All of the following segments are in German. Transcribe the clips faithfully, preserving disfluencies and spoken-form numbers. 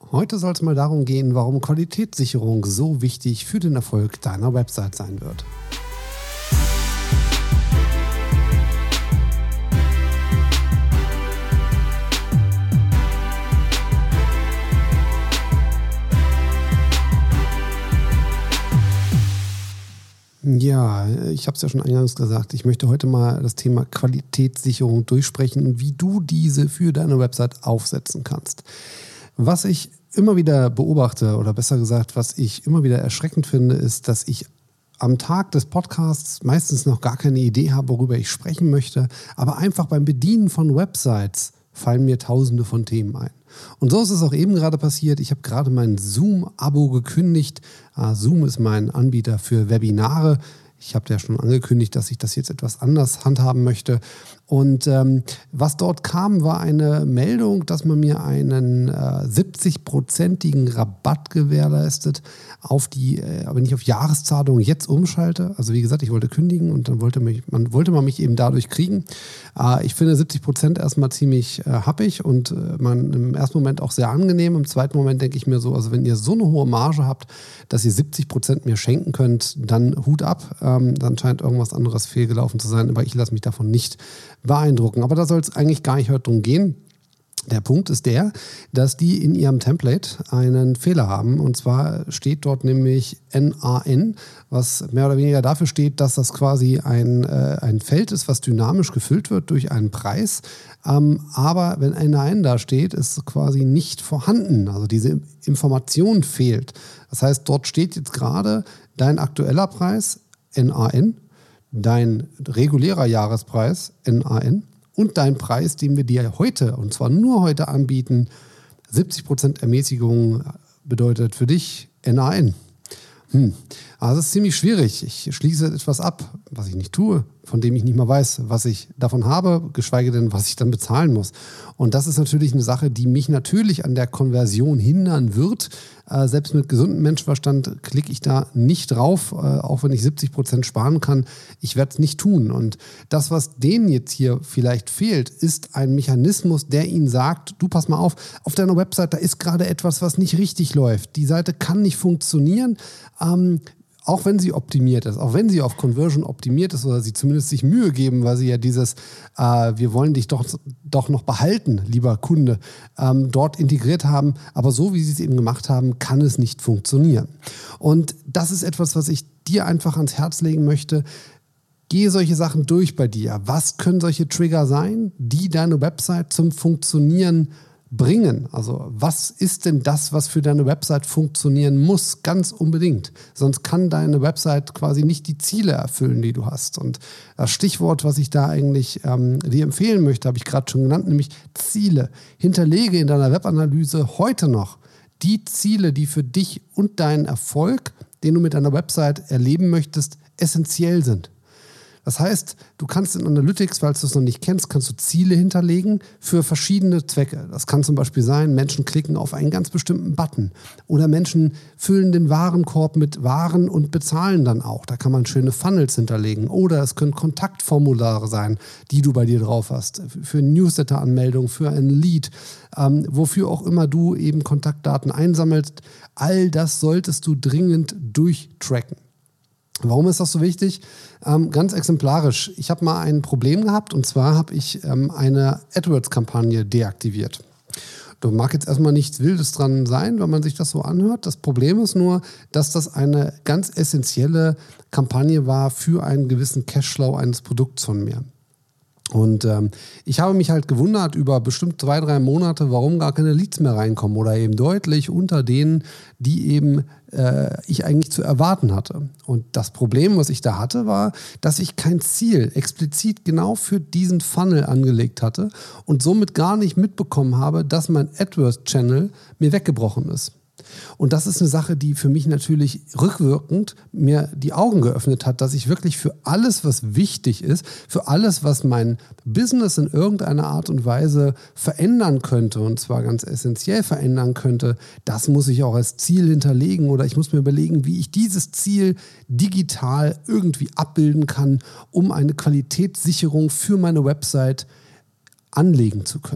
Heute soll es mal darum gehen, warum Qualitätssicherung so wichtig für den Erfolg deiner Website sein wird. Ja, ich habe es ja schon eingangs gesagt, ich möchte heute mal das Thema Qualitätssicherung durchsprechen und wie du diese für deine Website aufsetzen kannst. Was ich immer wieder beobachte, oder besser gesagt, was ich immer wieder erschreckend finde, ist, dass ich am Tag des Podcasts meistens noch gar keine Idee habe, worüber ich sprechen möchte, aber einfach beim Bedienen von Websites fallen mir tausende von Themen ein. Und so ist es auch eben gerade passiert. Ich habe gerade mein Zoom-Abo gekündigt. Zoom ist mein Anbieter für Webinare. Ich habe ja schon angekündigt, dass ich das jetzt etwas anders handhaben möchte. Und ähm, was dort kam, war eine Meldung, dass man mir einen äh, siebzig-prozentigen Rabatt gewährleistet, auf die, äh, aber nicht auf Jahreszahlung jetzt umschalte. Also wie gesagt, ich wollte kündigen und dann wollte, mich, man, wollte man mich eben dadurch kriegen. Äh, ich finde siebzig Prozent erstmal ziemlich äh, happig und äh, man im ersten Moment auch sehr angenehm. Im zweiten Moment denke ich mir so, also wenn ihr so eine hohe Marge habt, dass ihr siebzig Prozent mir schenken könnt, dann Hut ab. Ähm, dann scheint irgendwas anderes fehlgelaufen zu sein, aber ich lasse mich davon nicht beeindrucken. Aber da soll es eigentlich gar nicht heute drum gehen. Der Punkt ist der, dass die in ihrem Template einen Fehler haben. Und zwar steht dort nämlich N A N, was mehr oder weniger dafür steht, dass das quasi ein, äh, ein Feld ist, was dynamisch gefüllt wird durch einen Preis. Ähm, aber wenn N A N da steht, ist quasi nicht vorhanden. Also diese Information fehlt. Das heißt, dort steht jetzt gerade dein aktueller Preis, N A N, dein regulärer Jahrespreis, N A N, und dein Preis, den wir dir heute, und zwar nur heute anbieten, siebzig Prozent Ermäßigung bedeutet für dich N A N. Hm. Also es ist ziemlich schwierig. Ich schließe etwas ab, was ich nicht tue, von dem ich nicht mal weiß, was ich davon habe, geschweige denn, was ich dann bezahlen muss. Und das ist natürlich eine Sache, die mich natürlich an der Konversion hindern wird. Äh, selbst mit gesundem Menschenverstand klicke ich da nicht drauf, äh, auch wenn ich siebzig Prozent sparen kann. Ich werde es nicht tun. Und das, was denen jetzt hier vielleicht fehlt, ist ein Mechanismus, der ihnen sagt, du pass mal auf, auf deiner Website, da ist gerade etwas, was nicht richtig läuft. Die Seite kann nicht funktionieren, ähm, auch wenn sie optimiert ist, auch wenn sie auf Conversion optimiert ist oder sie zumindest sich Mühe geben, weil sie ja dieses, äh, wir wollen dich doch, doch noch behalten, lieber Kunde, ähm, dort integriert haben. Aber so, wie sie es eben gemacht haben, kann es nicht funktionieren. Und das ist etwas, was ich dir einfach ans Herz legen möchte. Gehe solche Sachen durch bei dir. Was können solche Trigger sein, die deine Website zum Funktionieren bringen? Also was ist denn das, was für deine Website funktionieren muss? Ganz unbedingt. Sonst kann deine Website quasi nicht die Ziele erfüllen, die du hast. Und das Stichwort, was ich da eigentlich ähm, dir empfehlen möchte, habe ich gerade schon genannt, nämlich Ziele. Hinterlege in deiner Webanalyse heute noch die Ziele, die für dich und deinen Erfolg, den du mit deiner Website erleben möchtest, essentiell sind. Das heißt, du kannst in Analytics, falls du es noch nicht kennst, kannst du Ziele hinterlegen für verschiedene Zwecke. Das kann zum Beispiel sein, Menschen klicken auf einen ganz bestimmten Button oder Menschen füllen den Warenkorb mit Waren und bezahlen dann auch. Da kann man schöne Funnels hinterlegen. Oder es können Kontaktformulare sein, die du bei dir drauf hast, für Newsletter-Anmeldung, für ein Lead, ähm, wofür auch immer du eben Kontaktdaten einsammelst. All das solltest du dringend durchtracken. Warum ist das so wichtig? Ähm, ganz exemplarisch. Ich habe mal ein Problem gehabt und zwar habe ich ähm, eine AdWords-Kampagne deaktiviert. Da mag jetzt erstmal nichts Wildes dran sein, wenn man sich das so anhört. Das Problem ist nur, dass das eine ganz essentielle Kampagne war für einen gewissen Cashflow eines Produkts von mir. Und ähm, ich habe mich halt gewundert über bestimmt zwei, drei Monate, warum gar keine Leads mehr reinkommen oder eben deutlich unter denen, die eben äh, ich eigentlich zu erwarten hatte. Und das Problem, was ich da hatte, war, dass ich kein Ziel explizit genau für diesen Funnel angelegt hatte und somit gar nicht mitbekommen habe, dass mein AdWords-Channel mir weggebrochen ist. Und das ist eine Sache, die für mich natürlich rückwirkend mir die Augen geöffnet hat, dass ich wirklich für alles, was wichtig ist, für alles, was mein Business in irgendeiner Art und Weise verändern könnte, und zwar ganz essentiell verändern könnte, das muss ich auch als Ziel hinterlegen oder ich muss mir überlegen, wie ich dieses Ziel digital irgendwie abbilden kann, um eine Qualitätssicherung für meine Website anlegen zu können.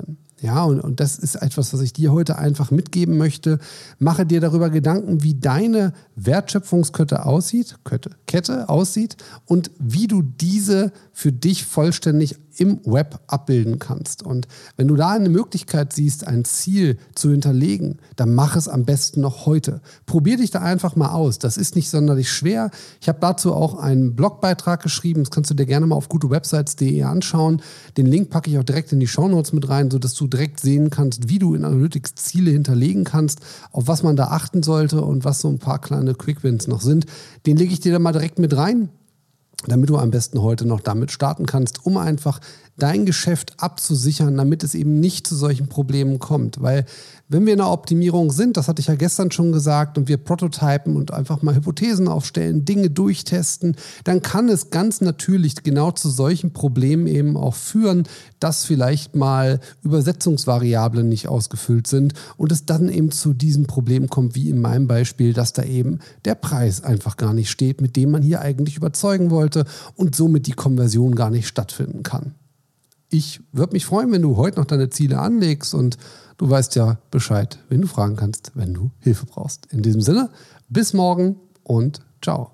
Ja, und, und das ist etwas, was ich dir heute einfach mitgeben möchte. Mache dir darüber Gedanken, wie deine Wertschöpfungskette aussieht, Kette, Kette aussieht und wie du diese für dich vollständig im Web abbilden kannst. Und wenn du da eine Möglichkeit siehst, ein Ziel zu hinterlegen, dann mach es am besten noch heute. Probier dich da einfach mal aus. Das ist nicht sonderlich schwer. Ich habe dazu auch einen Blogbeitrag geschrieben. Das kannst du dir gerne mal auf gute websites punkt de anschauen. Den Link packe ich auch direkt in die Shownotes mit rein, sodass du direkt sehen kannst, wie du in Analytics Ziele hinterlegen kannst, auf was man da achten sollte und was so ein paar kleine Quick-Wins noch sind. Den lege ich dir dann mal direkt mit rein, damit du am besten heute noch damit starten kannst, um einfach dein Geschäft abzusichern, damit es eben nicht zu solchen Problemen kommt. Weil wenn wir in der Optimierung sind, das hatte ich ja gestern schon gesagt, und wir prototypen und einfach mal Hypothesen aufstellen, Dinge durchtesten, dann kann es ganz natürlich genau zu solchen Problemen eben auch führen, dass vielleicht mal Übersetzungsvariablen nicht ausgefüllt sind und es dann eben zu diesem Problem kommt, wie in meinem Beispiel, dass da eben der Preis einfach gar nicht steht, mit dem man hier eigentlich überzeugen wollte und somit die Konversion gar nicht stattfinden kann. Ich würde mich freuen, wenn du heute noch deine Ziele anlegst und du weißt ja Bescheid, wenn du fragen kannst, wenn du Hilfe brauchst. In diesem Sinne, bis morgen und ciao.